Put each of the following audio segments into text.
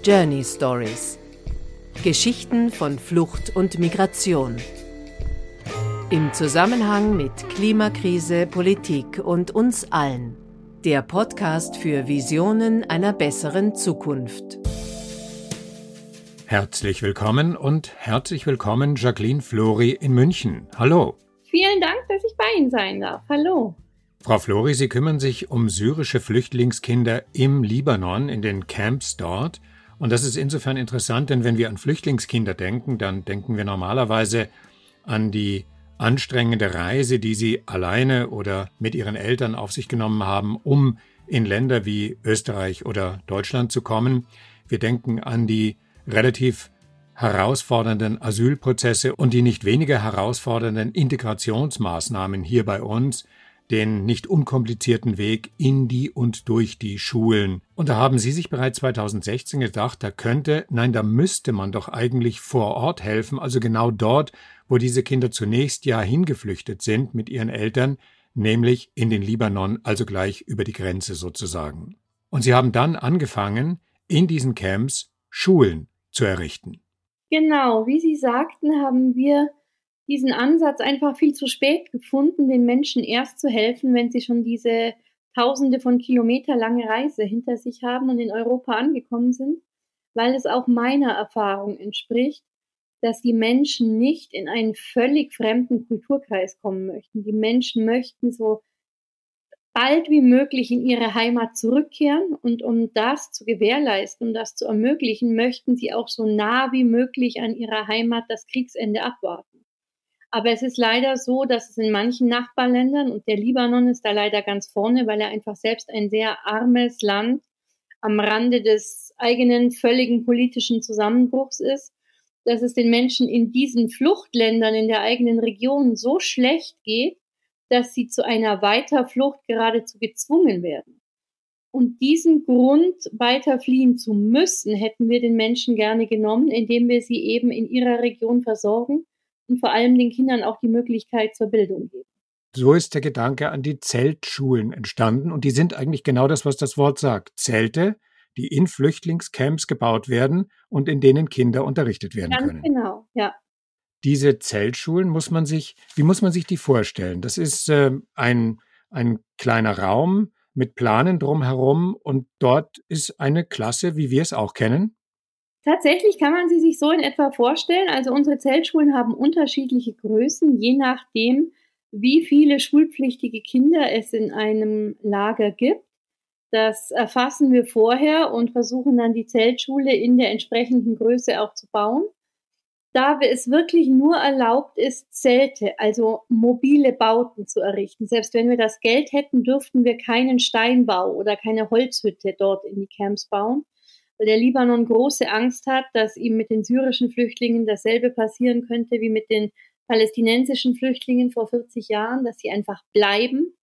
Journey Stories. Geschichten von Flucht und Migration. Im Zusammenhang mit Klimakrise, Politik und uns allen. Der Podcast für Visionen einer besseren Zukunft. Herzlich willkommen Jacqueline Flori in München. Hallo. Vielen Dank, dass ich bei Ihnen sein darf. Hallo. Frau Flori, Sie kümmern sich um syrische Flüchtlingskinder im Libanon, in den Camps dort. Und das ist insofern interessant, denn wenn wir an Flüchtlingskinder denken, dann denken wir normalerweise an die anstrengende Reise, die sie alleine oder mit ihren Eltern auf sich genommen haben, um in Länder wie Österreich oder Deutschland zu kommen. Wir denken an die relativ herausfordernden Asylprozesse und die nicht weniger herausfordernden Integrationsmaßnahmen hier bei uns, den nicht unkomplizierten Weg in die und durch die Schulen. Und da haben Sie sich bereits 2016 gedacht, da müsste man doch eigentlich vor Ort helfen, also genau dort, wo diese Kinder zunächst ja hingeflüchtet sind mit ihren Eltern, nämlich in den Libanon, also gleich über die Grenze sozusagen. Und Sie haben dann angefangen, in diesen Camps Schulen zu errichten. Genau, wie Sie sagten, haben wir diesen Ansatz einfach viel zu spät gefunden, den Menschen erst zu helfen, wenn sie schon diese Tausende von Kilometer lange Reise hinter sich haben und in Europa angekommen sind, weil es auch meiner Erfahrung entspricht, dass die Menschen nicht in einen völlig fremden Kulturkreis kommen möchten. Die Menschen möchten so bald wie möglich in ihre Heimat zurückkehren und um das zu gewährleisten, um das zu ermöglichen, möchten sie auch so nah wie möglich an ihrer Heimat das Kriegsende abwarten. Aber es ist leider so, dass es in manchen Nachbarländern, und der Libanon ist da leider ganz vorne, weil er einfach selbst ein sehr armes Land am Rande des eigenen völligen politischen Zusammenbruchs ist, dass es den Menschen in diesen Fluchtländern in der eigenen Region so schlecht geht, dass sie zu einer Weiterflucht geradezu gezwungen werden. Und diesen Grund, weiter fliehen zu müssen, hätten wir den Menschen gerne genommen, indem wir sie eben in ihrer Region versorgen und vor allem den Kindern auch die Möglichkeit zur Bildung geben. So ist der Gedanke an die Zeltschulen entstanden und die sind eigentlich genau das, was das Wort sagt. Zelte, die in Flüchtlingscamps gebaut werden und in denen Kinder unterrichtet werden können. Genau, ja. Diese Zeltschulen wie muss man sich die vorstellen? Das ist ein kleiner Raum mit Planen drumherum und dort ist eine Klasse, wie wir es auch kennen. Tatsächlich kann man sie sich so in etwa vorstellen. Also unsere Zeltschulen haben unterschiedliche Größen, je nachdem, wie viele schulpflichtige Kinder es in einem Lager gibt. Das erfassen wir vorher und versuchen dann die Zeltschule in der entsprechenden Größe auch zu bauen. Da es wirklich nur erlaubt ist, Zelte, also mobile Bauten zu errichten. Selbst wenn wir das Geld hätten, dürften wir keinen Steinbau oder keine Holzhütte dort in die Camps bauen, weil der Libanon große Angst hat, dass ihm mit den syrischen Flüchtlingen dasselbe passieren könnte wie mit den palästinensischen Flüchtlingen vor 40 Jahren, dass sie einfach bleiben.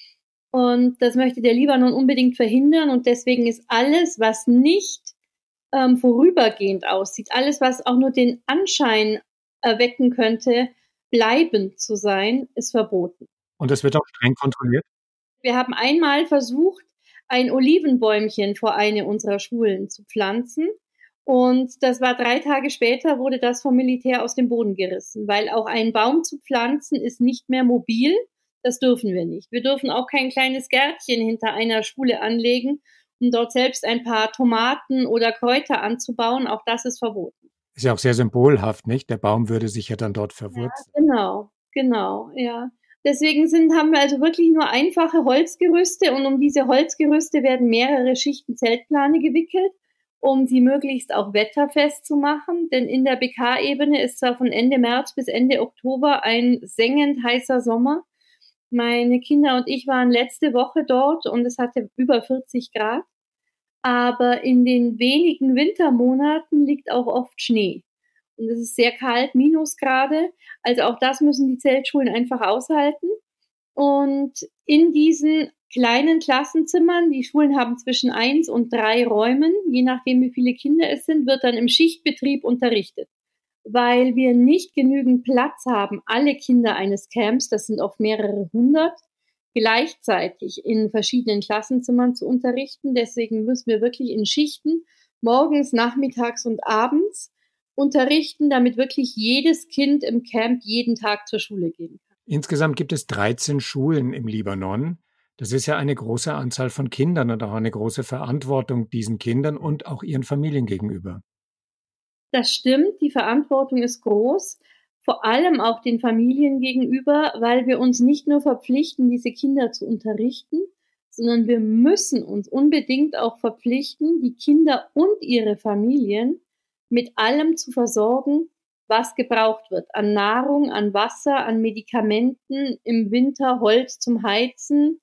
Und das möchte der Libanon unbedingt verhindern und deswegen ist alles, was nicht vorübergehend aussieht, alles, was auch nur den Anschein erwecken könnte, bleibend zu sein, ist verboten. Und das wird auch streng kontrolliert? Wir haben einmal versucht, ein Olivenbäumchen vor eine unserer Schulen zu pflanzen. Und das war 3 Tage später, wurde das vom Militär aus dem Boden gerissen, weil auch ein Baum zu pflanzen ist nicht mehr mobil. Das dürfen wir nicht. Wir dürfen auch kein kleines Gärtchen hinter einer Schule anlegen, um dort selbst ein paar Tomaten oder Kräuter anzubauen. Auch das ist verboten. Ist ja auch sehr symbolhaft, nicht? Der Baum würde sich ja dann dort verwurzeln. Ja, genau, ja. Deswegen haben wir also wirklich nur einfache Holzgerüste und um diese Holzgerüste werden mehrere Schichten Zeltplane gewickelt, um sie möglichst auch wetterfest zu machen. Denn in der BK-Ebene ist zwar von Ende März bis Ende Oktober ein sengend heißer Sommer. Meine Kinder und ich waren letzte Woche dort und es hatte über 40 Grad. Aber in den wenigen Wintermonaten liegt auch oft Schnee. Und es ist sehr kalt, Minusgrade. Also auch das müssen die Zeltschulen einfach aushalten. Und in diesen kleinen Klassenzimmern, die Schulen haben zwischen 1 und 3 Räumen, je nachdem wie viele Kinder es sind, wird dann im Schichtbetrieb unterrichtet. Weil wir nicht genügend Platz haben, alle Kinder eines Camps, das sind oft mehrere hundert, gleichzeitig in verschiedenen Klassenzimmern zu unterrichten. Deswegen müssen wir wirklich in Schichten morgens, nachmittags und abends unterrichten, damit wirklich jedes Kind im Camp jeden Tag zur Schule gehen kann. Insgesamt gibt es 13 Schulen im Libanon. Das ist ja eine große Anzahl von Kindern und auch eine große Verantwortung diesen Kindern und auch ihren Familien gegenüber. Das stimmt, die Verantwortung ist groß, vor allem auch den Familien gegenüber, weil wir uns nicht nur verpflichten, diese Kinder zu unterrichten, sondern wir müssen uns unbedingt auch verpflichten, die Kinder und ihre Familien mit allem zu versorgen, was gebraucht wird. An Nahrung, an Wasser, an Medikamenten, im Winter Holz zum Heizen,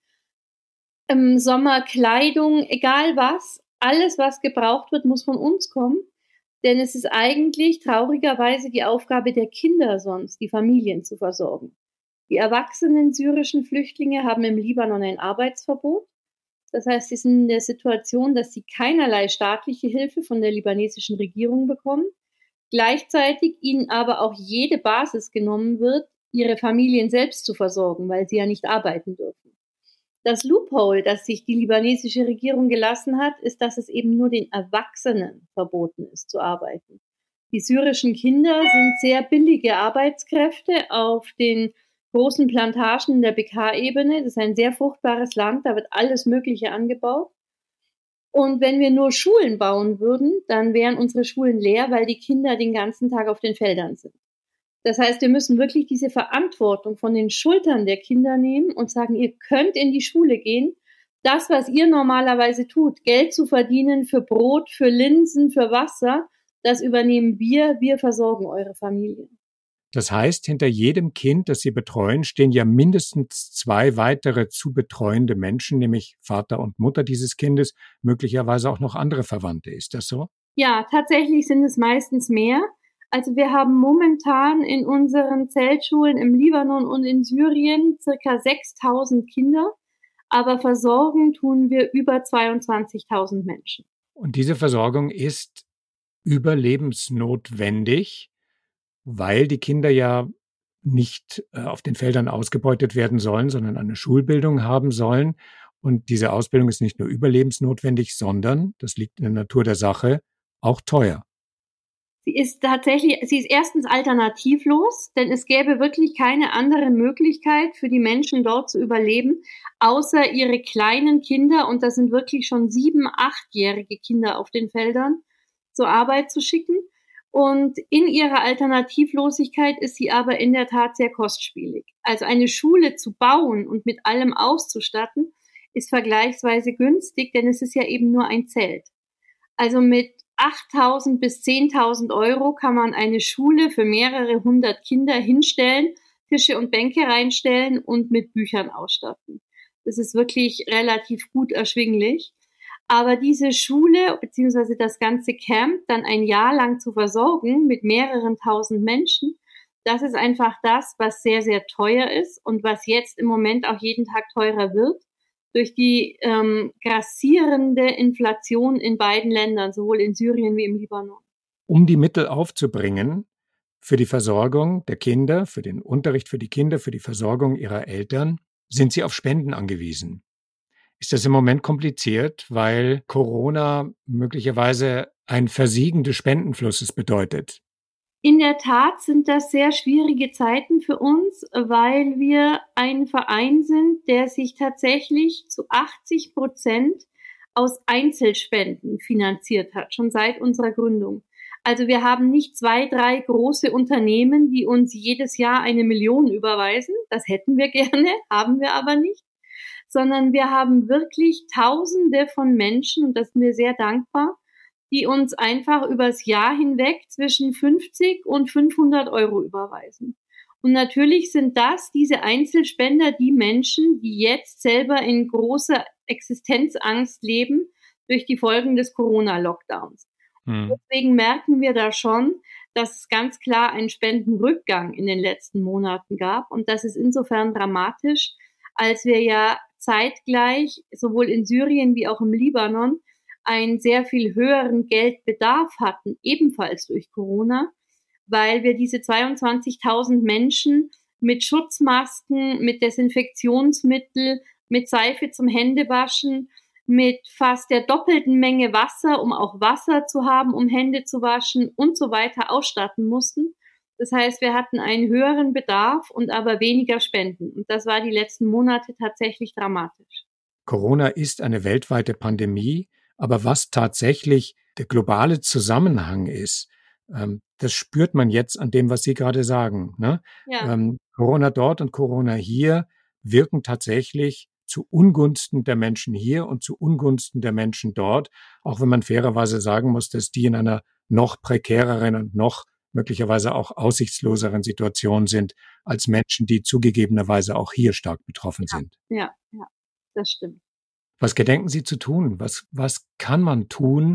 im Sommer Kleidung, egal was. Alles, was gebraucht wird, muss von uns kommen. Denn es ist eigentlich traurigerweise die Aufgabe der Kinder sonst, die Familien zu versorgen. Die erwachsenen syrischen Flüchtlinge haben im Libanon ein Arbeitsverbot. Das heißt, sie sind in der Situation, dass sie keinerlei staatliche Hilfe von der libanesischen Regierung bekommen. Gleichzeitig ihnen aber auch jede Basis genommen wird, ihre Familien selbst zu versorgen, weil sie ja nicht arbeiten dürfen. Das Loophole, das sich die libanesische Regierung gelassen hat, ist, dass es eben nur den Erwachsenen verboten ist, zu arbeiten. Die syrischen Kinder sind sehr billige Arbeitskräfte auf den großen Plantagen der Bekaa-Ebene. Das ist ein sehr fruchtbares Land, da wird alles Mögliche angebaut. Und wenn wir nur Schulen bauen würden, dann wären unsere Schulen leer, weil die Kinder den ganzen Tag auf den Feldern sind. Das heißt, wir müssen wirklich diese Verantwortung von den Schultern der Kinder nehmen und sagen, ihr könnt in die Schule gehen. Das, was ihr normalerweise tut, Geld zu verdienen für Brot, für Linsen, für Wasser, das übernehmen wir. Wir versorgen eure Familien. Das heißt, hinter jedem Kind, das Sie betreuen, stehen ja mindestens 2 weitere zu betreuende Menschen, nämlich Vater und Mutter dieses Kindes, möglicherweise auch noch andere Verwandte. Ist das so? Ja, tatsächlich sind es meistens mehr. Also wir haben momentan in unseren Zeltschulen im Libanon und in Syrien circa 6.000 Kinder, aber versorgen tun wir über 22.000 Menschen. Und diese Versorgung ist überlebensnotwendig, weil die Kinder ja nicht auf den Feldern ausgebeutet werden sollen, sondern eine Schulbildung haben sollen. Und diese Ausbildung ist nicht nur überlebensnotwendig, sondern, das liegt in der Natur der Sache, auch teuer. Sie ist erstens alternativlos, denn es gäbe wirklich keine andere Möglichkeit für die Menschen dort zu überleben, außer ihre kleinen Kinder, und das sind wirklich schon 7-, 8-jährige Kinder auf den Feldern, zur Arbeit zu schicken. Und in ihrer Alternativlosigkeit ist sie aber in der Tat sehr kostspielig. Also eine Schule zu bauen und mit allem auszustatten, ist vergleichsweise günstig, denn es ist ja eben nur ein Zelt. Also mit 8.000 bis 10.000 Euro kann man eine Schule für mehrere hundert Kinder hinstellen, Tische und Bänke reinstellen und mit Büchern ausstatten. Das ist wirklich relativ gut erschwinglich. Aber diese Schule bzw. das ganze Camp dann ein Jahr lang zu versorgen mit mehreren tausend Menschen, das ist einfach das, was sehr, sehr teuer ist und was jetzt im Moment auch jeden Tag teurer wird durch die grassierende Inflation in beiden Ländern, sowohl in Syrien wie im Libanon. Um die Mittel aufzubringen für die Versorgung der Kinder, für den Unterricht für die Kinder, für die Versorgung ihrer Eltern, sind sie auf Spenden angewiesen. Ist das im Moment kompliziert, weil Corona möglicherweise ein Versiegen des Spendenflusses bedeutet? In der Tat sind das sehr schwierige Zeiten für uns, weil wir ein Verein sind, der sich tatsächlich zu 80% aus Einzelspenden finanziert hat, schon seit unserer Gründung. Also wir haben nicht 2, 3 große Unternehmen, die uns jedes Jahr 1 Million überweisen. Das hätten wir gerne, haben wir aber nicht. Sondern wir haben wirklich Tausende von Menschen, und das sind wir sehr dankbar, die uns einfach übers Jahr hinweg zwischen 50 und 500 Euro überweisen. Und natürlich sind diese Einzelspender, die Menschen, die jetzt selber in großer Existenzangst leben durch die Folgen des Corona-Lockdowns. Deswegen merken wir da schon, dass es ganz klar einen Spendenrückgang in den letzten Monaten gab. Und das ist insofern dramatisch, als wir ja zeitgleich sowohl in Syrien wie auch im Libanon einen sehr viel höheren Geldbedarf hatten, ebenfalls durch Corona, weil wir diese 22.000 Menschen mit Schutzmasken, mit Desinfektionsmittel, mit Seife zum Händewaschen, mit fast der doppelten Menge Wasser, um auch Wasser zu haben, um Hände zu waschen und so weiter ausstatten mussten. Das heißt, wir hatten einen höheren Bedarf und aber weniger Spenden. Und das war die letzten Monate tatsächlich dramatisch. Corona ist eine weltweite Pandemie, aber was tatsächlich der globale Zusammenhang ist, das spürt man jetzt an dem, was Sie gerade sagen, ne? Ja. Corona dort und Corona hier wirken tatsächlich zu Ungunsten der Menschen hier und zu Ungunsten der Menschen dort, auch wenn man fairerweise sagen muss, dass die in einer noch prekäreren und noch möglicherweise auch aussichtsloseren Situation sind als Menschen, die zugegebenerweise auch hier stark betroffen sind. Ja, das stimmt. Was gedenken Sie zu tun? Was kann man tun,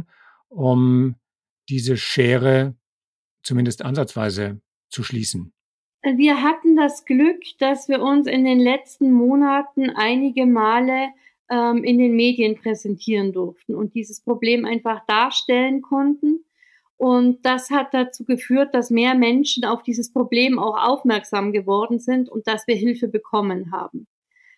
um diese Schere zumindest ansatzweise zu schließen? Wir hatten das Glück, dass wir uns in den letzten Monaten einige Male in den Medien präsentieren durften und dieses Problem einfach darstellen konnten. Und das hat dazu geführt, dass mehr Menschen auf dieses Problem auch aufmerksam geworden sind und dass wir Hilfe bekommen haben.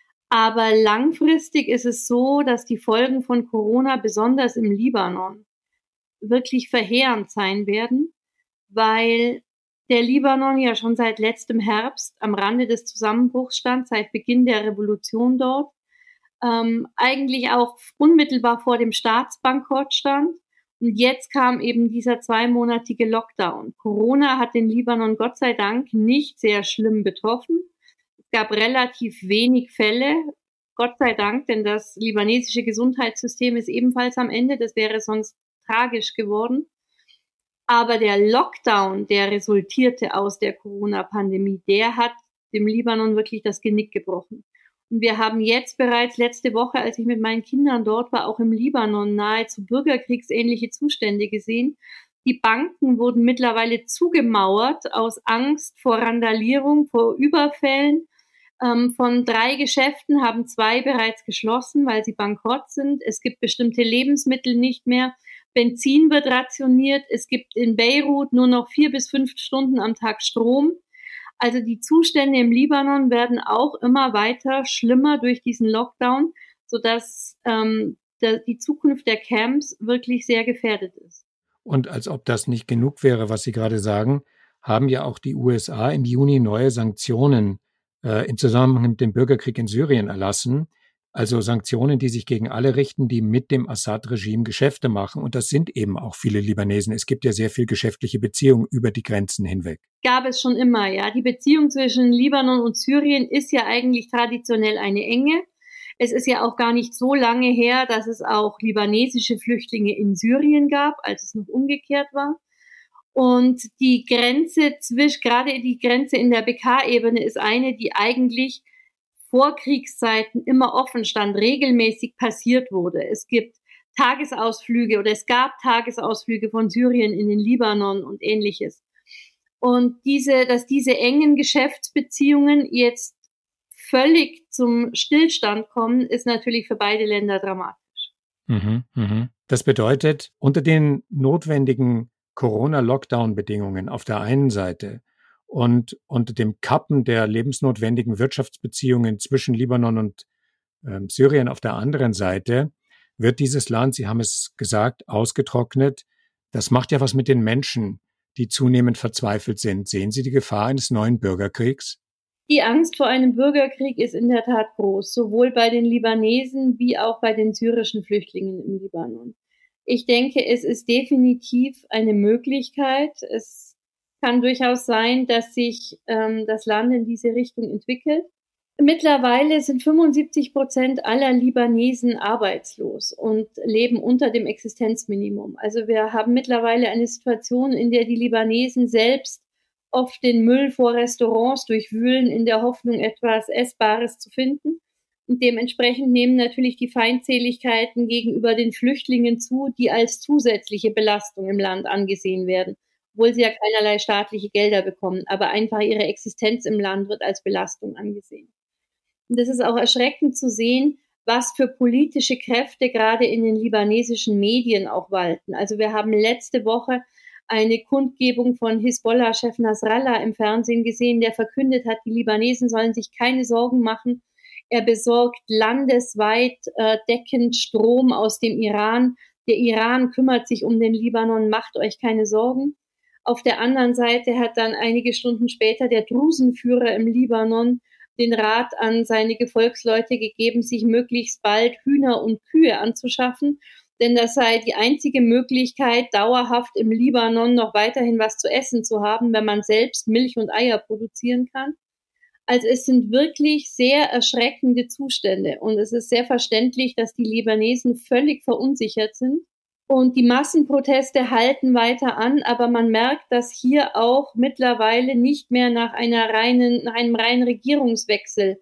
Aber langfristig ist es so, dass die Folgen von Corona, besonders im Libanon, wirklich verheerend sein werden, weil der Libanon ja schon seit letztem Herbst am Rande des Zusammenbruchs stand, seit Beginn der Revolution dort, eigentlich auch unmittelbar vor dem Staatsbankrott stand. Und jetzt kam eben dieser 2-monatige Lockdown. Corona hat den Libanon Gott sei Dank nicht sehr schlimm betroffen. Es gab relativ wenig Fälle, Gott sei Dank, denn das libanesische Gesundheitssystem ist ebenfalls am Ende. Das wäre sonst tragisch geworden. Aber der Lockdown, der resultierte aus der Corona-Pandemie, der hat dem Libanon wirklich das Genick gebrochen. Und wir haben jetzt bereits letzte Woche, als ich mit meinen Kindern dort war, auch im Libanon nahezu bürgerkriegsähnliche Zustände gesehen. Die Banken wurden mittlerweile zugemauert aus Angst vor Randalierung, vor Überfällen. Von 3 Geschäften haben 2 bereits geschlossen, weil sie bankrott sind. Es gibt bestimmte Lebensmittel nicht mehr. Benzin wird rationiert. Es gibt in Beirut nur noch 4 bis 5 Stunden am Tag Strom. Also die Zustände im Libanon werden auch immer weiter schlimmer durch diesen Lockdown, sodass die Zukunft der Camps wirklich sehr gefährdet ist. Und als ob das nicht genug wäre, was Sie gerade sagen, haben ja auch die USA im Juni neue Sanktionen im Zusammenhang mit dem Bürgerkrieg in Syrien erlassen. Also Sanktionen, die sich gegen alle richten, die mit dem Assad-Regime Geschäfte machen. Und das sind eben auch viele Libanesen. Es gibt ja sehr viel geschäftliche Beziehungen über die Grenzen hinweg. Gab es schon immer, ja. Die Beziehung zwischen Libanon und Syrien ist ja eigentlich traditionell eine enge. Es ist ja auch gar nicht so lange her, dass es auch libanesische Flüchtlinge in Syrien gab, als es noch umgekehrt war. Und die Grenze gerade die Grenze in der Bekaa-Ebene ist eine, die eigentlich vor Kriegszeiten immer offen stand, regelmäßig passiert wurde. Es gab Tagesausflüge von Syrien in den Libanon und Ähnliches. Und dass diese engen Geschäftsbeziehungen jetzt völlig zum Stillstand kommen, ist natürlich für beide Länder dramatisch. Das bedeutet, unter den notwendigen Corona-Lockdown-Bedingungen auf der einen Seite und unter dem Kappen der lebensnotwendigen Wirtschaftsbeziehungen zwischen Libanon und Syrien auf der anderen Seite wird dieses Land, Sie haben es gesagt, ausgetrocknet. Das macht ja was mit den Menschen, die zunehmend verzweifelt sind. Sehen Sie die Gefahr eines neuen Bürgerkriegs? Die Angst vor einem Bürgerkrieg ist in der Tat groß, sowohl bei den Libanesen wie auch bei den syrischen Flüchtlingen im Libanon. Ich denke, es ist definitiv eine Möglichkeit. Es kann durchaus sein, dass sich das Land in diese Richtung entwickelt. Mittlerweile sind 75% aller Libanesen arbeitslos und leben unter dem Existenzminimum. Also wir haben mittlerweile eine Situation, in der die Libanesen selbst oft den Müll vor Restaurants durchwühlen, in der Hoffnung, etwas Essbares zu finden. Und dementsprechend nehmen natürlich die Feindseligkeiten gegenüber den Flüchtlingen zu, die als zusätzliche Belastung im Land angesehen werden, obwohl sie ja keinerlei staatliche Gelder bekommen. Aber einfach ihre Existenz im Land wird als Belastung angesehen. Und es ist auch erschreckend zu sehen, was für politische Kräfte gerade in den libanesischen Medien auch walten. Also wir haben letzte Woche eine Kundgebung von Hisbollah-Chef Nasrallah im Fernsehen gesehen, der verkündet hat, die Libanesen sollen sich keine Sorgen machen. Er besorgt landesweit deckend Strom aus dem Iran. Der Iran kümmert sich um den Libanon, macht euch keine Sorgen. Auf der anderen Seite hat dann einige Stunden später der Drusenführer im Libanon den Rat an seine Gefolgsleute gegeben, sich möglichst bald Hühner und Kühe anzuschaffen, denn das sei die einzige Möglichkeit, dauerhaft im Libanon noch weiterhin was zu essen zu haben, wenn man selbst Milch und Eier produzieren kann. Also es sind wirklich sehr erschreckende Zustände und es ist sehr verständlich, dass die Libanesen völlig verunsichert sind. Und die Massenproteste halten weiter an, aber man merkt, dass hier auch mittlerweile nicht mehr nach einem reinen Regierungswechsel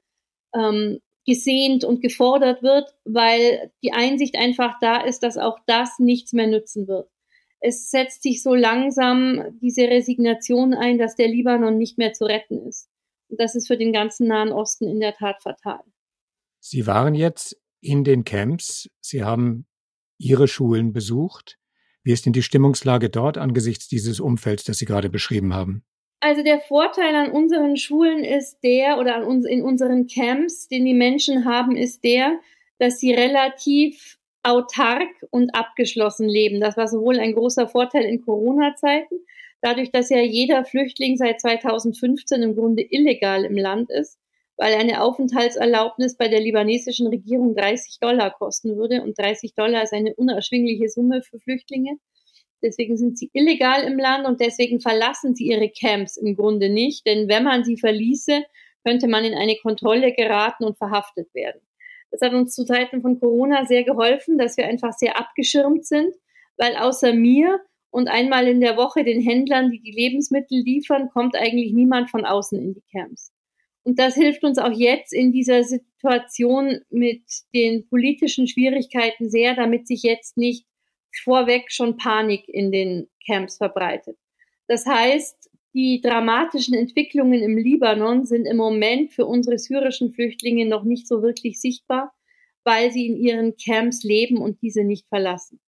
gesehnt und gefordert wird, weil die Einsicht einfach da ist, dass auch das nichts mehr nützen wird. Es setzt sich so langsam diese Resignation ein, dass der Libanon nicht mehr zu retten ist. Und das ist für den ganzen Nahen Osten in der Tat fatal. Sie waren jetzt in den Camps. Sie haben Ihre Schulen besucht. Wie ist denn die Stimmungslage dort angesichts dieses Umfelds, das Sie gerade beschrieben haben? Also der Vorteil an unseren Schulen ist der, oder in unseren Camps, den die Menschen haben, ist der, dass sie relativ autark und abgeschlossen leben. Das war sowohl ein großer Vorteil in Corona-Zeiten, dadurch, dass ja jeder Flüchtling seit 2015 im Grunde illegal im Land ist, weil eine Aufenthaltserlaubnis bei der libanesischen Regierung $30 kosten würde. Und $30 ist eine unerschwingliche Summe für Flüchtlinge. Deswegen sind sie illegal im Land und deswegen verlassen sie ihre Camps im Grunde nicht. Denn wenn man sie verließe, könnte man in eine Kontrolle geraten und verhaftet werden. Das hat uns zu Zeiten von Corona sehr geholfen, dass wir einfach sehr abgeschirmt sind, weil außer mir und einmal in der Woche den Händlern, die die Lebensmittel liefern, kommt eigentlich niemand von außen in die Camps. Und das hilft uns auch jetzt in dieser Situation mit den politischen Schwierigkeiten sehr, damit sich jetzt nicht vorweg schon Panik in den Camps verbreitet. Das heißt, die dramatischen Entwicklungen im Libanon sind im Moment für unsere syrischen Flüchtlinge noch nicht so wirklich sichtbar, weil sie in ihren Camps leben und diese nicht verlassen.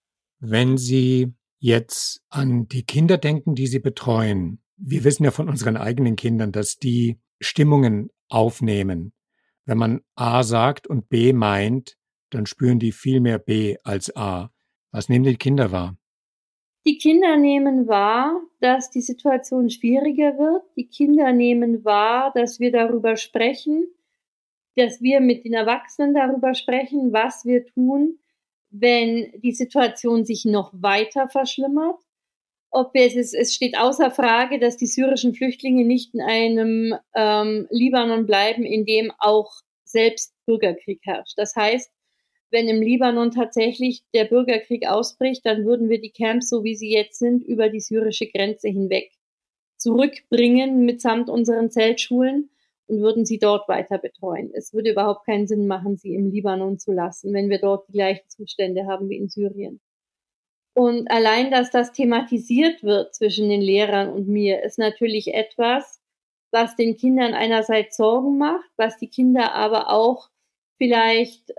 Wenn Sie jetzt an die Kinder denken, die Sie betreuen, wir wissen ja von unseren eigenen Kindern, dass die Stimmungen aufnehmen. Wenn man A sagt und B meint, dann spüren die viel mehr B als A. Was nehmen die Kinder wahr? Die Kinder nehmen wahr, dass die Situation schwieriger wird. Die Kinder nehmen wahr, dass wir darüber sprechen, dass wir mit den Erwachsenen darüber sprechen, was wir tun, wenn die Situation sich noch weiter verschlimmert. Es steht außer Frage, dass die syrischen Flüchtlinge nicht in einem Libanon bleiben, in dem auch selbst Bürgerkrieg herrscht. Das heißt, wenn im Libanon tatsächlich der Bürgerkrieg ausbricht, dann würden wir die Camps, so wie sie jetzt sind, über die syrische Grenze hinweg zurückbringen mitsamt unseren Zeltschulen und würden sie dort weiter betreuen. Es würde überhaupt keinen Sinn machen, sie im Libanon zu lassen, wenn wir dort die gleichen Zustände haben wie in Syrien. Und allein, dass das thematisiert wird zwischen den Lehrern und mir, ist natürlich etwas, was den Kindern einerseits Sorgen macht, was die Kinder aber auch vielleicht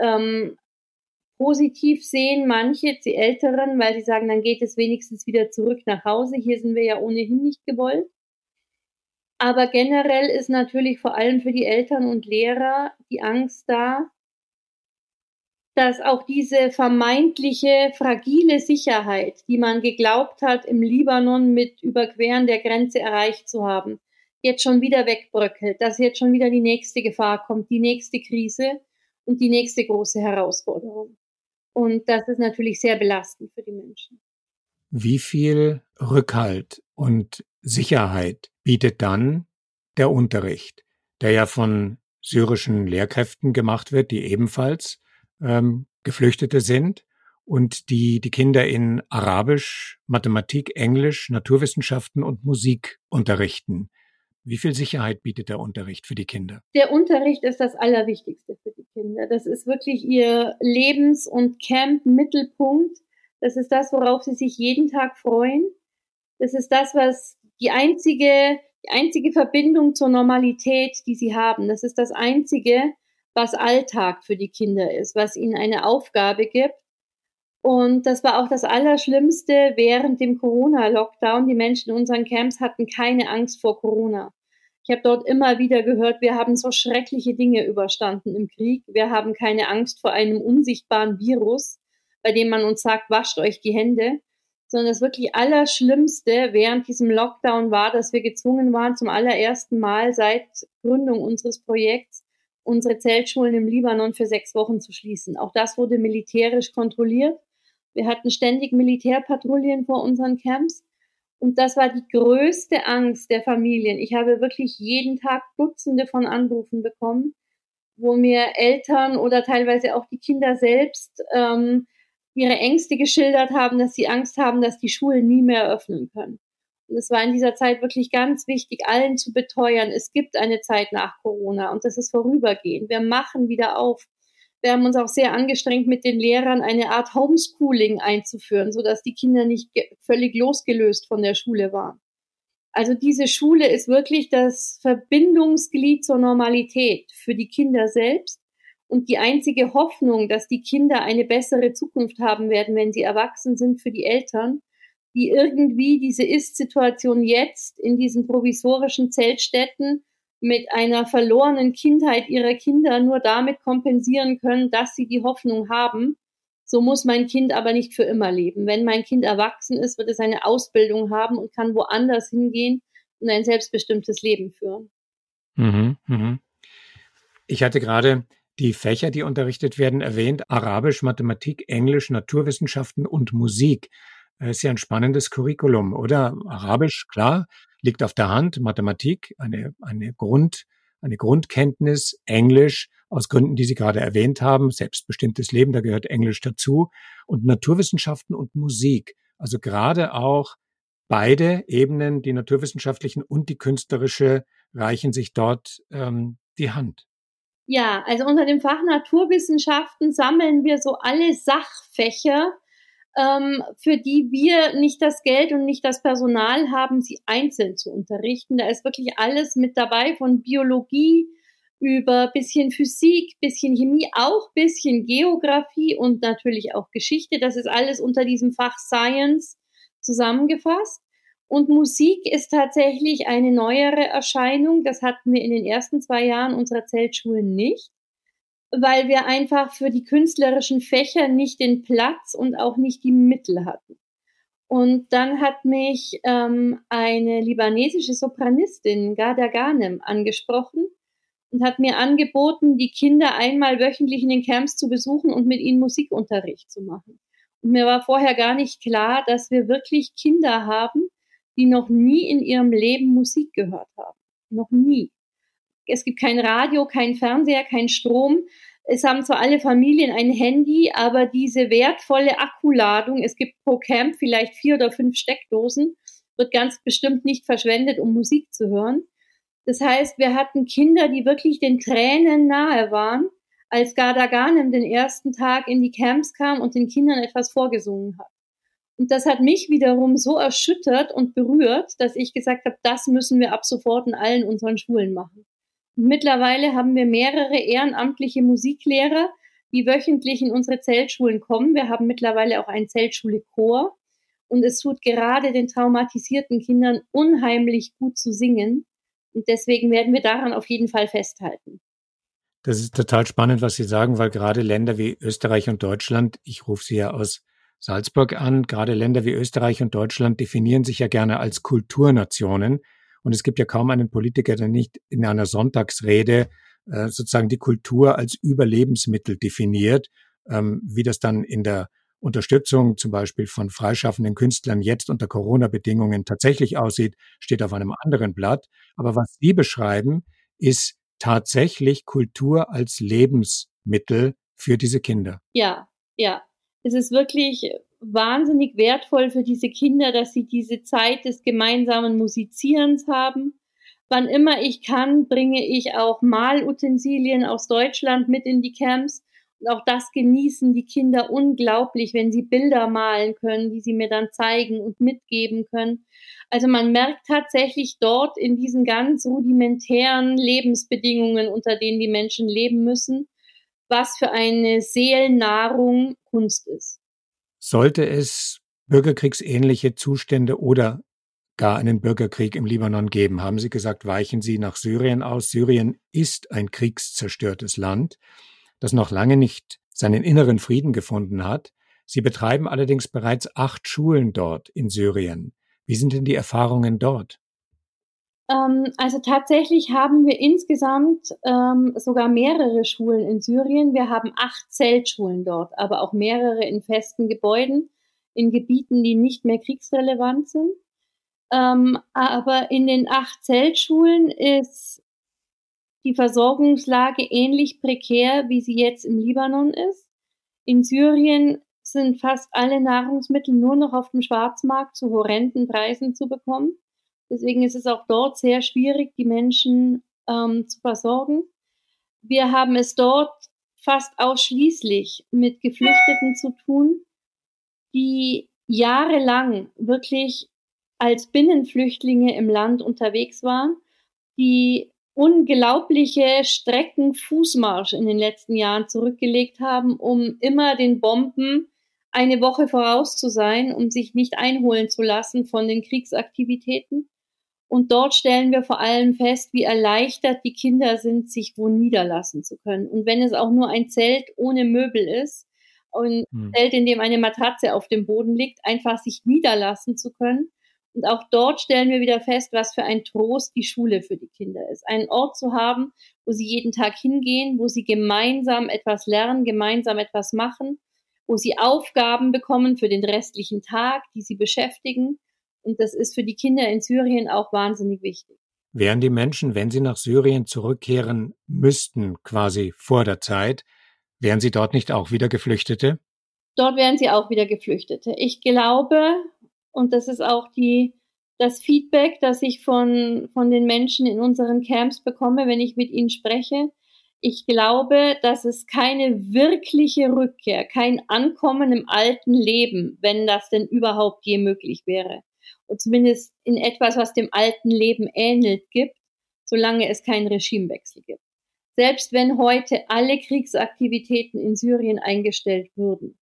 positiv sehen, manche, die Älteren, weil sie sagen, dann geht es wenigstens wieder zurück nach Hause. Hier sind wir ja ohnehin nicht gewollt. Aber generell ist natürlich vor allem für die Eltern und Lehrer die Angst da, dass auch diese vermeintliche fragile Sicherheit, die man geglaubt hat, im Libanon mit Überqueren der Grenze erreicht zu haben, jetzt schon wieder wegbröckelt, dass jetzt schon wieder die nächste Gefahr kommt, die nächste Krise und die nächste große Herausforderung. Und das ist natürlich sehr belastend für die Menschen. Wie viel Rückhalt und Sicherheit bietet dann der Unterricht, der ja von syrischen Lehrkräften gemacht wird, die ebenfalls Geflüchtete sind und die Kinder in Arabisch, Mathematik, Englisch, Naturwissenschaften und Musik unterrichten? Wie viel Sicherheit bietet der Unterricht für die Kinder? Der Unterricht ist das Allerwichtigste für die Kinder. Das ist wirklich ihr Lebens- und Camp-Mittelpunkt. Das ist das, worauf sie sich jeden Tag freuen. Das ist das, was die einzige Verbindung zur Normalität, die sie haben. Das ist das Einzige, was Alltag für die Kinder ist, was ihnen eine Aufgabe gibt. Und das war auch das Allerschlimmste während dem Corona-Lockdown. Die Menschen in unseren Camps hatten keine Angst vor Corona. Ich habe dort immer wieder gehört, wir haben so schreckliche Dinge überstanden im Krieg. Wir haben keine Angst vor einem unsichtbaren Virus, bei dem man uns sagt, wascht euch die Hände. Sondern das wirklich Allerschlimmste während diesem Lockdown war, dass wir gezwungen waren, zum allerersten Mal seit Gründung unseres Projekts unsere Zeltschulen im Libanon für 6 Wochen zu schließen. Auch das wurde militärisch kontrolliert. Wir hatten ständig Militärpatrouillen vor unseren Camps. Und das war die größte Angst der Familien. Ich habe wirklich jeden Tag Dutzende von Anrufen bekommen, wo mir Eltern oder teilweise auch die Kinder selbst ihre Ängste geschildert haben, dass sie Angst haben, dass die Schulen nie mehr öffnen können. Und es war in dieser Zeit wirklich ganz wichtig, allen zu beteuern, es gibt eine Zeit nach Corona und das ist vorübergehend. Wir machen wieder auf. Wir haben uns auch sehr angestrengt, mit den Lehrern eine Art Homeschooling einzuführen, sodass die Kinder nicht völlig losgelöst von der Schule waren. Also diese Schule ist wirklich das Verbindungsglied zur Normalität für die Kinder selbst und die einzige Hoffnung, dass die Kinder eine bessere Zukunft haben werden, wenn sie erwachsen sind, für die Eltern, die irgendwie diese Ist-Situation jetzt in diesen provisorischen Zeltstätten mit einer verlorenen Kindheit ihrer Kinder nur damit kompensieren können, dass sie die Hoffnung haben, so muss mein Kind aber nicht für immer leben. Wenn mein Kind erwachsen ist, wird es eine Ausbildung haben und kann woanders hingehen und ein selbstbestimmtes Leben führen. Mhm, mhm. Ich hatte gerade die Fächer, die unterrichtet werden, erwähnt. Arabisch, Mathematik, Englisch, Naturwissenschaften und Musik. Ist ja ein spannendes Curriculum, oder? Arabisch, klar, liegt auf der Hand. Mathematik, eine Grundkenntnis. Englisch, aus Gründen, die Sie gerade erwähnt haben. Selbstbestimmtes Leben, da gehört Englisch dazu. Und Naturwissenschaften und Musik. Also gerade auch beide Ebenen, die naturwissenschaftlichen und die künstlerische, reichen sich dort die Hand. Ja, also unter dem Fach Naturwissenschaften sammeln wir so alle Sachfächer, für die wir nicht das Geld und nicht das Personal haben, sie einzeln zu unterrichten. Da ist wirklich alles mit dabei, von Biologie über bisschen Physik, bisschen Chemie, auch bisschen Geografie und natürlich auch Geschichte. Das ist alles unter diesem Fach Science zusammengefasst. Und Musik ist tatsächlich eine neuere Erscheinung. Das hatten wir in den ersten 2 Jahren unserer Zeltschulen nicht, weil wir einfach für die künstlerischen Fächer nicht den Platz und auch nicht die Mittel hatten. Und dann hat mich eine libanesische Sopranistin, Ghada Ghanem, angesprochen und hat mir angeboten, die Kinder einmal wöchentlich in den Camps zu besuchen und mit ihnen Musikunterricht zu machen. Und mir war vorher gar nicht klar, dass wir wirklich Kinder haben, die noch nie in ihrem Leben Musik gehört haben. Noch nie. Es gibt kein Radio, kein Fernseher, kein Strom. Es haben zwar alle Familien ein Handy, aber diese wertvolle Akkuladung, es gibt pro Camp vielleicht 4 oder 5 Steckdosen, wird ganz bestimmt nicht verschwendet, um Musik zu hören. Das heißt, wir hatten Kinder, die wirklich den Tränen nahe waren, als Ghada Ghanem den ersten Tag in die Camps kam und den Kindern etwas vorgesungen hat. Und das hat mich wiederum so erschüttert und berührt, dass ich gesagt habe, das müssen wir ab sofort in allen unseren Schulen machen. Und mittlerweile haben wir mehrere ehrenamtliche Musiklehrer, die wöchentlich in unsere Zeltschulen kommen. Wir haben mittlerweile auch einen Zeltschule-Chor. Und es tut gerade den traumatisierten Kindern unheimlich gut zu singen. Und deswegen werden wir daran auf jeden Fall festhalten. Das ist total spannend, was Sie sagen, weil gerade Länder wie Österreich und Deutschland, ich rufe Sie ja aus Salzburg an, gerade Länder wie Österreich und Deutschland definieren sich ja gerne als Kulturnationen. Und es gibt ja kaum einen Politiker, der nicht in einer Sonntagsrede sozusagen die Kultur als Überlebensmittel definiert, wie das dann in der Unterstützung zum Beispiel von freischaffenden Künstlern jetzt unter Corona-Bedingungen tatsächlich aussieht, steht auf einem anderen Blatt. Aber was Sie beschreiben, ist tatsächlich Kultur als Lebensmittel für diese Kinder. Ja, ja. Es ist wirklich wahnsinnig wertvoll für diese Kinder, dass sie diese Zeit des gemeinsamen Musizierens haben. Wann immer ich kann, bringe ich auch Malutensilien aus Deutschland mit in die Camps. Und auch das genießen die Kinder unglaublich, wenn sie Bilder malen können, die sie mir dann zeigen und mitgeben können. Also man merkt tatsächlich dort in diesen ganz rudimentären Lebensbedingungen, unter denen die Menschen leben müssen, was für eine Seelennahrung Kunst ist. Sollte es bürgerkriegsähnliche Zustände oder gar einen Bürgerkrieg im Libanon geben, haben Sie gesagt, weichen Sie nach Syrien aus. Syrien ist ein kriegszerstörtes Land, das noch lange nicht seinen inneren Frieden gefunden hat. Sie betreiben allerdings bereits 8 Schulen dort in Syrien. Wie sind denn die Erfahrungen dort? Also tatsächlich haben wir insgesamt sogar mehrere Schulen in Syrien. Wir haben 8 Zeltschulen dort, aber auch mehrere in festen Gebäuden, in Gebieten, die nicht mehr kriegsrelevant sind. Aber in den 8 Zeltschulen ist die Versorgungslage ähnlich prekär, wie sie jetzt im Libanon ist. In Syrien sind fast alle Nahrungsmittel nur noch auf dem Schwarzmarkt zu horrenden Preisen zu bekommen. Deswegen ist es auch dort sehr schwierig, die Menschen zu versorgen. Wir haben es dort fast ausschließlich mit Geflüchteten zu tun, die jahrelang wirklich als Binnenflüchtlinge im Land unterwegs waren, die unglaubliche Strecken Fußmarsch in den letzten Jahren zurückgelegt haben, um immer den Bomben eine Woche voraus zu sein, um sich nicht einholen zu lassen von den Kriegsaktivitäten. Und dort stellen wir vor allem fest, wie erleichtert die Kinder sind, sich wo niederlassen zu können. Und wenn es auch nur ein Zelt ohne Möbel ist und ein Zelt, in dem eine Matratze auf dem Boden liegt, einfach sich niederlassen zu können. Und auch dort stellen wir wieder fest, was für ein Trost die Schule für die Kinder ist. Einen Ort zu haben, wo sie jeden Tag hingehen, wo sie gemeinsam etwas lernen, gemeinsam etwas machen, wo sie Aufgaben bekommen für den restlichen Tag, die sie beschäftigen. Und das ist für die Kinder in Syrien auch wahnsinnig wichtig. Wären die Menschen, wenn sie nach Syrien zurückkehren müssten, quasi vor der Zeit, wären sie dort nicht auch wieder Geflüchtete? Dort wären sie auch wieder Geflüchtete. Ich glaube, und das ist auch das Feedback, das ich von den Menschen in unseren Camps bekomme, wenn ich mit ihnen spreche. Ich glaube, dass es keine wirkliche Rückkehr, kein Ankommen im alten Leben, wenn das denn überhaupt je möglich wäre, und zumindest in etwas, was dem alten Leben ähnelt, gibt, solange es keinen Regimewechsel gibt. Selbst wenn heute alle Kriegsaktivitäten in Syrien eingestellt würden,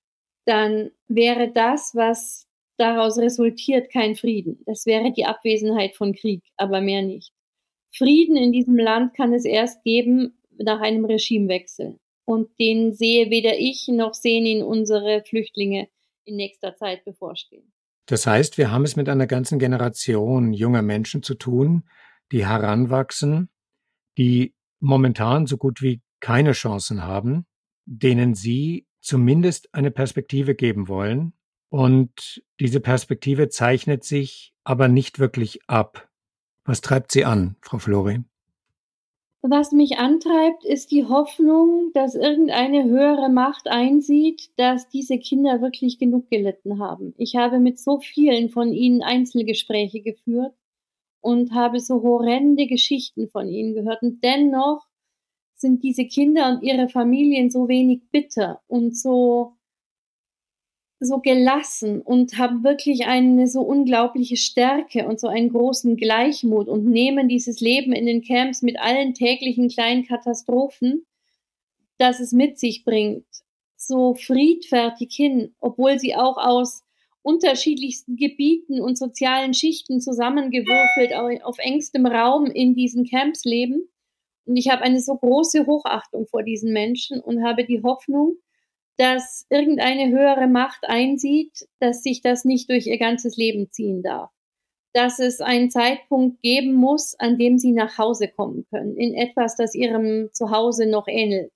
dann wäre das, was daraus resultiert, kein Frieden. Das wäre die Abwesenheit von Krieg, aber mehr nicht. Frieden in diesem Land kann es erst geben nach einem Regimewechsel. Und den sehe weder ich noch sehen ihn unsere Flüchtlinge in nächster Zeit bevorstehen. Das heißt, wir haben es mit einer ganzen Generation junger Menschen zu tun, die heranwachsen, die momentan so gut wie keine Chancen haben, denen Sie zumindest eine Perspektive geben wollen. Und diese Perspektive zeichnet sich aber nicht wirklich ab. Was treibt Sie an, Frau Flori? Was mich antreibt, ist die Hoffnung, dass irgendeine höhere Macht einsieht, dass diese Kinder wirklich genug gelitten haben. Ich habe mit so vielen von ihnen Einzelgespräche geführt und habe so horrende Geschichten von ihnen gehört. Und dennoch sind diese Kinder und ihre Familien so wenig bitter und so gelassen und haben wirklich eine so unglaubliche Stärke und so einen großen Gleichmut und nehmen dieses Leben in den Camps mit allen täglichen kleinen Katastrophen, das es mit sich bringt, so friedfertig hin, obwohl sie auch aus unterschiedlichsten Gebieten und sozialen Schichten zusammengewürfelt auf engstem Raum in diesen Camps leben. Und ich habe eine so große Hochachtung vor diesen Menschen und habe die Hoffnung, dass irgendeine höhere Macht einsieht, dass sich das nicht durch ihr ganzes Leben ziehen darf. Dass es einen Zeitpunkt geben muss, an dem sie nach Hause kommen können, in etwas, das ihrem Zuhause noch ähnelt.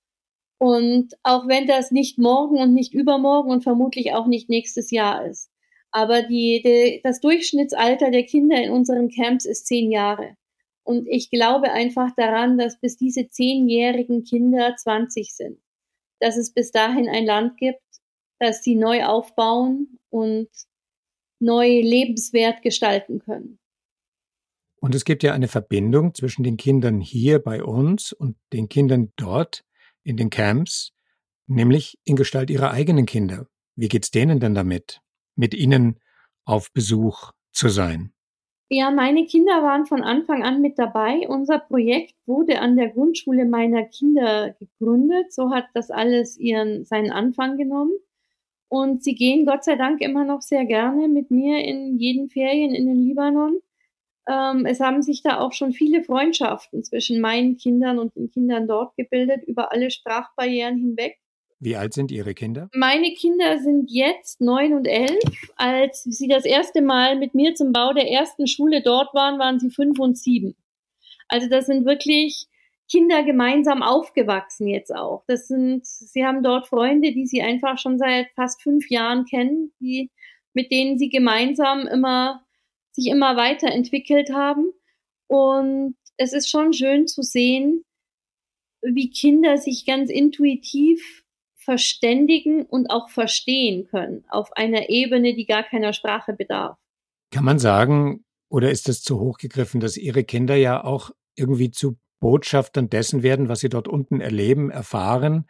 Und auch wenn das nicht morgen und nicht übermorgen und vermutlich auch nicht nächstes Jahr ist. Aber das Durchschnittsalter der Kinder in unseren Camps ist 10 Jahre. Und ich glaube einfach daran, dass bis diese 10-jährigen Kinder 20 sind, dass es bis dahin ein Land gibt, das sie neu aufbauen und neu lebenswert gestalten können. Und es gibt ja eine Verbindung zwischen den Kindern hier bei uns und den Kindern dort in den Camps, nämlich in Gestalt ihrer eigenen Kinder. Wie geht's denen denn damit, mit ihnen auf Besuch zu sein? Ja, meine Kinder waren von Anfang an mit dabei. Unser Projekt wurde an der Grundschule meiner Kinder gegründet. So hat das alles seinen Anfang genommen. Und sie gehen Gott sei Dank immer noch sehr gerne mit mir in jeden Ferien in den Libanon. Es haben sich da auch schon viele Freundschaften zwischen meinen Kindern und den Kindern dort gebildet, über alle Sprachbarrieren hinweg. Wie alt sind Ihre Kinder? Meine Kinder sind jetzt 9 und 11. Als sie das erste Mal mit mir zum Bau der ersten Schule dort waren, waren sie 5 und 7. Also das sind wirklich Kinder gemeinsam aufgewachsen jetzt auch. Sie haben dort Freunde, die sie einfach schon seit fast 5 Jahren kennen, mit denen sie gemeinsam sich immer weiterentwickelt haben. Und es ist schon schön zu sehen, wie Kinder sich ganz intuitiv verständigen und auch verstehen können auf einer Ebene, die gar keiner Sprache bedarf. Kann man sagen, oder ist es zu hoch gegriffen, dass Ihre Kinder ja auch irgendwie zu Botschaftern dessen werden, was sie dort unten erleben, erfahren,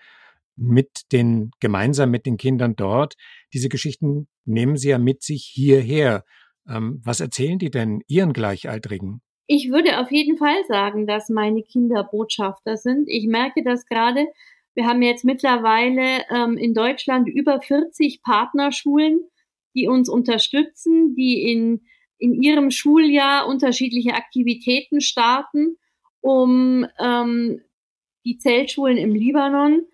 gemeinsam mit den Kindern dort? Diese Geschichten nehmen Sie ja mit sich hierher. Was erzählen die denn Ihren Gleichaltrigen? Ich würde auf jeden Fall sagen, dass meine Kinder Botschafter sind. Ich merke das gerade. Wir haben jetzt mittlerweile in Deutschland über 40 Partnerschulen, die uns unterstützen, die in ihrem Schuljahr unterschiedliche Aktivitäten starten, um den Zeltschulen im Libanon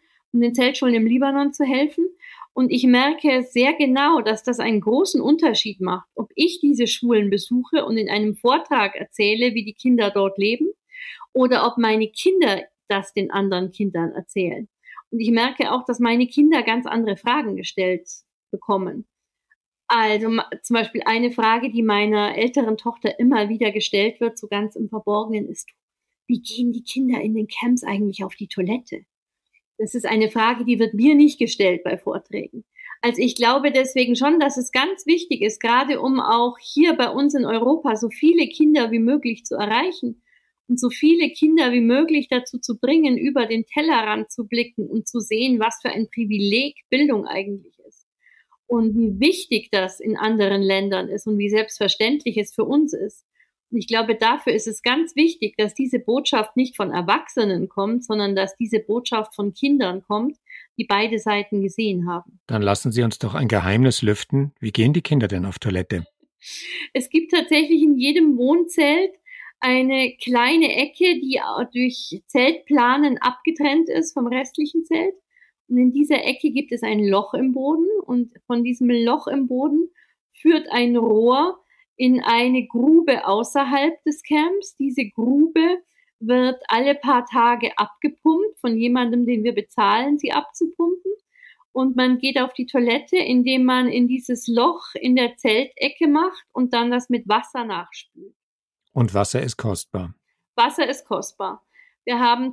zu helfen. Und ich merke sehr genau, dass das einen großen Unterschied macht, ob ich diese Schulen besuche und in einem Vortrag erzähle, wie die Kinder dort leben, oder ob meine Kinder das den anderen Kindern erzählen. Und ich merke auch, dass meine Kinder ganz andere Fragen gestellt bekommen. Also zum Beispiel eine Frage, die meiner älteren Tochter immer wieder gestellt wird, so ganz im Verborgenen, ist: Wie gehen die Kinder in den Camps eigentlich auf die Toilette? Das ist eine Frage, die wird mir nicht gestellt bei Vorträgen. Also ich glaube deswegen schon, dass es ganz wichtig ist, gerade um auch hier bei uns in Europa so viele Kinder wie möglich zu erreichen und so viele Kinder wie möglich dazu zu bringen, über den Tellerrand zu blicken und zu sehen, was für ein Privileg Bildung eigentlich ist. Und wie wichtig das in anderen Ländern ist und wie selbstverständlich es für uns ist. Und ich glaube, dafür ist es ganz wichtig, dass diese Botschaft nicht von Erwachsenen kommt, sondern dass diese Botschaft von Kindern kommt, die beide Seiten gesehen haben. Dann lassen Sie uns doch ein Geheimnis lüften. Wie gehen die Kinder denn auf Toilette? Es gibt tatsächlich in jedem Wohnzelt eine kleine Ecke, die durch Zeltplanen abgetrennt ist vom restlichen Zelt. Und in dieser Ecke gibt es ein Loch im Boden und von diesem Loch im Boden führt ein Rohr in eine Grube außerhalb des Camps. Diese Grube wird alle paar Tage abgepumpt von jemandem, den wir bezahlen, sie abzupumpen. Und man geht auf die Toilette, indem man in dieses Loch in der Zeltecke macht und dann das mit Wasser nachspült. Und Wasser ist kostbar. Wasser ist kostbar. Wir haben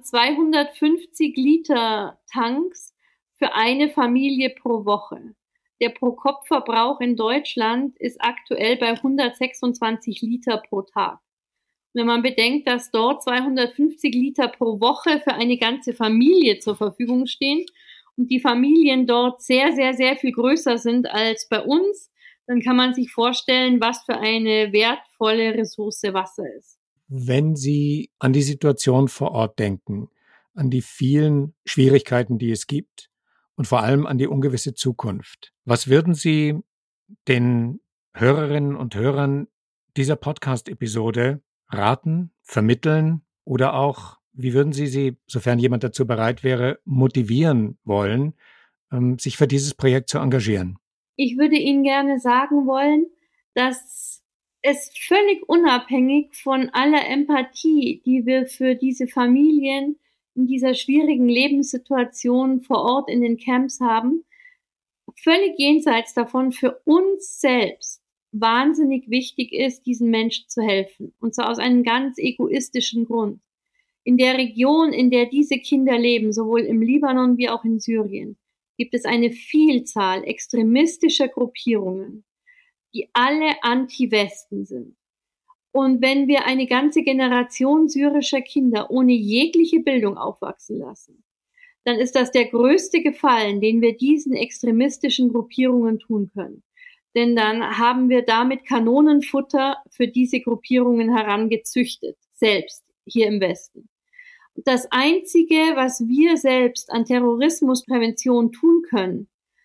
250 Liter Tanks für eine Familie pro Woche. Der Pro-Kopf-Verbrauch in Deutschland ist aktuell bei 126 Liter pro Tag. Wenn man bedenkt, dass dort 250 Liter pro Woche für eine ganze Familie zur Verfügung stehen und die Familien dort sehr, sehr, sehr viel größer sind als bei uns, dann kann man sich vorstellen, was für eine wertvolle Ressource Wasser ist. Wenn Sie an die Situation vor Ort denken, an die vielen Schwierigkeiten, die es gibt, und vor allem an die ungewisse Zukunft. Was würden Sie den Hörerinnen und Hörern dieser Podcast-Episode raten, vermitteln oder auch, wie würden Sie, sofern jemand dazu bereit wäre, motivieren wollen, sich für dieses Projekt zu engagieren? Ich würde Ihnen gerne sagen wollen, dass es völlig unabhängig von aller Empathie, die wir für diese Familien in dieser schwierigen Lebenssituation vor Ort in den Camps haben, völlig jenseits davon für uns selbst wahnsinnig wichtig ist, diesen Menschen zu helfen. Und zwar aus einem ganz egoistischen Grund. In der Region, in der diese Kinder leben, sowohl im Libanon wie auch in Syrien, gibt es eine Vielzahl extremistischer Gruppierungen, die alle Anti-Westen sind. Und wenn wir eine ganze Generation syrischer Kinder ohne jegliche Bildung aufwachsen lassen, dann ist das der größte Gefallen, den wir diesen extremistischen Gruppierungen tun können. Denn dann haben wir damit Kanonenfutter für diese Gruppierungen herangezüchtet, selbst hier im Westen. Das Einzige, was wir selbst an Terrorismusprävention tun können,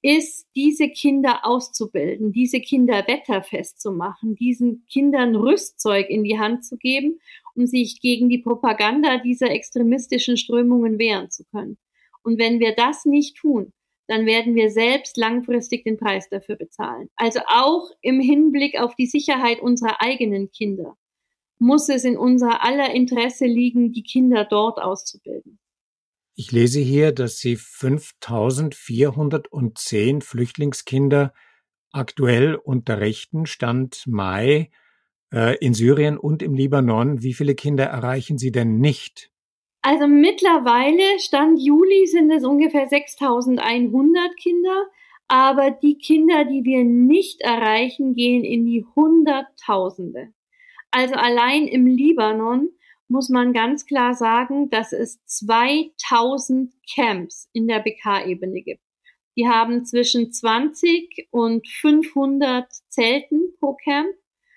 ist, diese Kinder auszubilden, diese Kinder wetterfest zu machen, diesen Kindern Rüstzeug in die Hand zu geben, um sich gegen die Propaganda dieser extremistischen Strömungen wehren zu können. Und wenn wir das nicht tun, dann werden wir selbst langfristig den Preis dafür bezahlen. Also auch im Hinblick auf die Sicherheit unserer eigenen Kinder muss es in unser aller Interesse liegen, die Kinder dort auszubilden. Ich lese hier, dass Sie 5.410 Flüchtlingskinder aktuell unterrichten, Stand Mai, in Syrien und im Libanon. Wie viele Kinder erreichen Sie denn nicht? Also mittlerweile, Stand Juli, sind es ungefähr 6.100 Kinder, aber die Kinder, die wir nicht erreichen, gehen in die Hunderttausende. Also allein im Libanon muss man ganz klar sagen, dass es 2.000 Camps in der Bekaa-Ebene gibt. Die haben zwischen 20 und 500 Zelten pro Camp,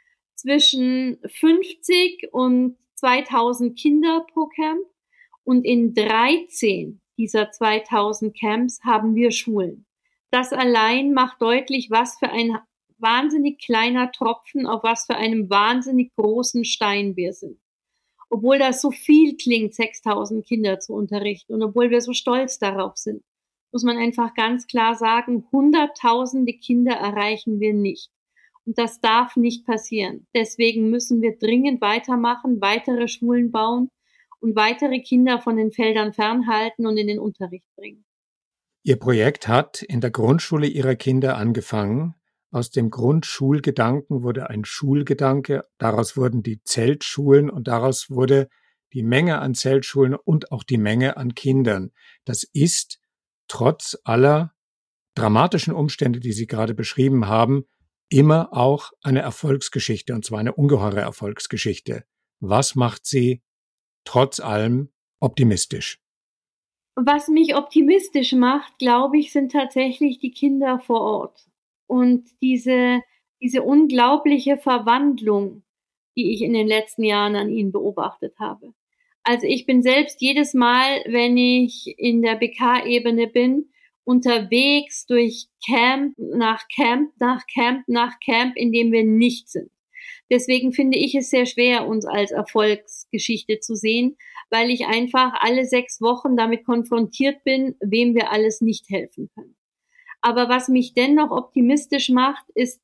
zwischen 50 und 2.000 Kinder pro Camp. Und in 13 dieser 2.000 Camps haben wir Schulen. Das allein macht deutlich, was für ein wahnsinnig kleiner Tropfen auf was für einem wahnsinnig großen Stein wir sind. Obwohl das so viel klingt, 6.000 Kinder zu unterrichten und obwohl wir so stolz darauf sind, muss man einfach ganz klar sagen, Hunderttausende Kinder erreichen wir nicht. Und das darf nicht passieren. Deswegen müssen wir dringend weitermachen, weitere Schulen bauen und weitere Kinder von den Feldern fernhalten und in den Unterricht bringen. Ihr Projekt hat in der Grundschule Ihrer Kinder angefangen. Aus dem Grundschulgedanken wurde ein Schulgedanke, daraus wurden die Zeltschulen und daraus wurde die Menge an Zeltschulen und auch die Menge an Kindern. Das ist trotz aller dramatischen Umstände, die Sie gerade beschrieben haben, immer auch eine Erfolgsgeschichte, und zwar eine ungeheure Erfolgsgeschichte. Was macht Sie trotz allem optimistisch? Was mich optimistisch macht, glaube ich, sind tatsächlich die Kinder vor Ort. Und diese unglaubliche Verwandlung, die ich in den letzten Jahren an ihnen beobachtet habe. Also ich bin selbst jedes Mal, wenn ich in der Bekaa-Ebene bin, unterwegs durch Camp nach Camp nach Camp nach Camp, in dem wir nicht sind. Deswegen finde ich es sehr schwer, uns als Erfolgsgeschichte zu sehen, weil ich einfach alle 6 Wochen damit konfrontiert bin, wem wir alles nicht helfen können. Aber was mich dennoch optimistisch macht, ist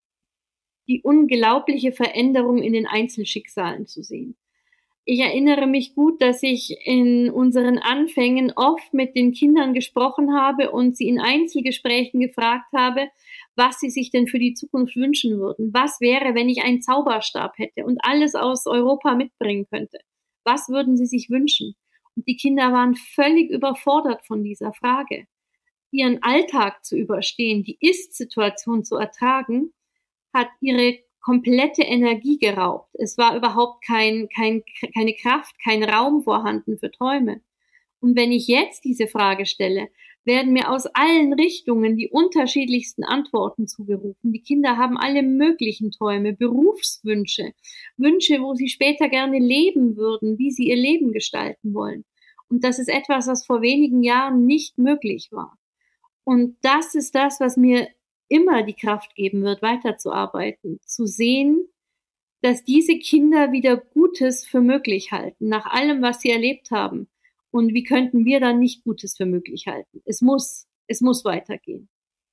die unglaubliche Veränderung in den Einzelschicksalen zu sehen. Ich erinnere mich gut, dass ich in unseren Anfängen oft mit den Kindern gesprochen habe und sie in Einzelgesprächen gefragt habe, was sie sich denn für die Zukunft wünschen würden. Was wäre, wenn ich einen Zauberstab hätte und alles aus Europa mitbringen könnte? Was würden sie sich wünschen? Und die Kinder waren völlig überfordert von dieser Frage. Ihren Alltag zu überstehen, die Ist-Situation zu ertragen, hat ihre komplette Energie geraubt. Es war überhaupt keine Kraft, kein Raum vorhanden für Träume. Und wenn ich jetzt diese Frage stelle, werden mir aus allen Richtungen die unterschiedlichsten Antworten zugerufen. Die Kinder haben alle möglichen Träume, Berufswünsche, Wünsche, wo sie später gerne leben würden, wie sie ihr Leben gestalten wollen. Und das ist etwas, was vor wenigen Jahren nicht möglich war. Und das ist das, was mir immer die Kraft geben wird, weiterzuarbeiten, zu sehen, dass diese Kinder wieder Gutes für möglich halten, nach allem, was sie erlebt haben. Und wie könnten wir dann nicht Gutes für möglich halten? Es muss weitergehen.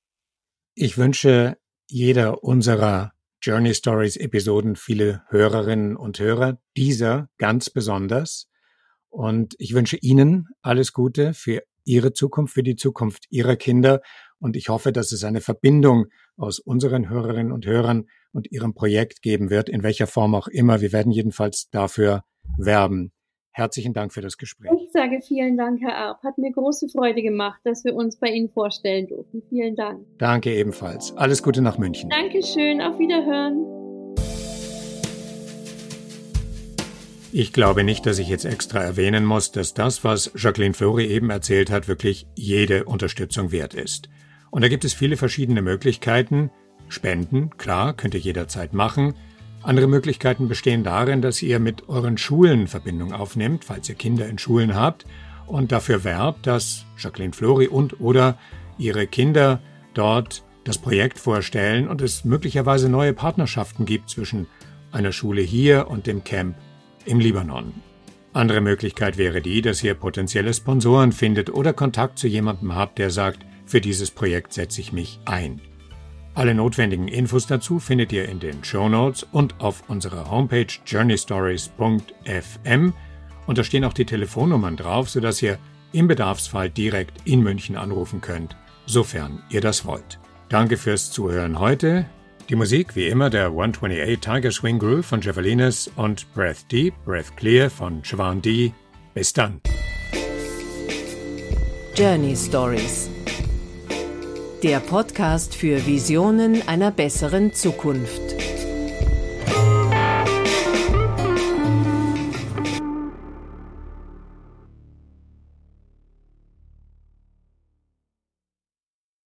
Ich wünsche jeder unserer Journey Stories Episoden viele Hörerinnen und Hörer, dieser ganz besonders. Und ich wünsche Ihnen alles Gute für Ihre Zukunft, für die Zukunft Ihrer Kinder. Und ich hoffe, dass es eine Verbindung aus unseren Hörerinnen und Hörern und Ihrem Projekt geben wird, in welcher Form auch immer. Wir werden jedenfalls dafür werben. Herzlichen Dank für das Gespräch. Ich sage vielen Dank, Herr Arp. Hat mir große Freude gemacht, dass wir uns bei Ihnen vorstellen durften. Vielen Dank. Danke ebenfalls. Alles Gute nach München. Dankeschön. Auf Wiederhören. Ich glaube nicht, dass ich jetzt extra erwähnen muss, dass das, was Jacqueline Fleury eben erzählt hat, wirklich jede Unterstützung wert ist. Und da gibt es viele verschiedene Möglichkeiten. Spenden, klar, könnt ihr jederzeit machen. Andere Möglichkeiten bestehen darin, dass ihr mit euren Schulen Verbindung aufnehmt, falls ihr Kinder in Schulen habt, und dafür werbt, dass Jacqueline Fleury und oder ihre Kinder dort das Projekt vorstellen und es möglicherweise neue Partnerschaften gibt zwischen einer Schule hier und dem Camp im Libanon. Andere Möglichkeit wäre die, dass ihr potenzielle Sponsoren findet oder Kontakt zu jemandem habt, der sagt, für dieses Projekt setze ich mich ein. Alle notwendigen Infos dazu findet ihr in den Shownotes und auf unserer Homepage journeystories.fm und da stehen auch die Telefonnummern drauf, sodass ihr im Bedarfsfall direkt in München anrufen könnt, sofern ihr das wollt. Danke fürs Zuhören heute. Die Musik wie immer der 128 Tiger Swing Groove von Javelinas und Breath Deep, Breath Clear von Siobhan D. Bis dann. Journey Stories. Der Podcast für Visionen einer besseren Zukunft.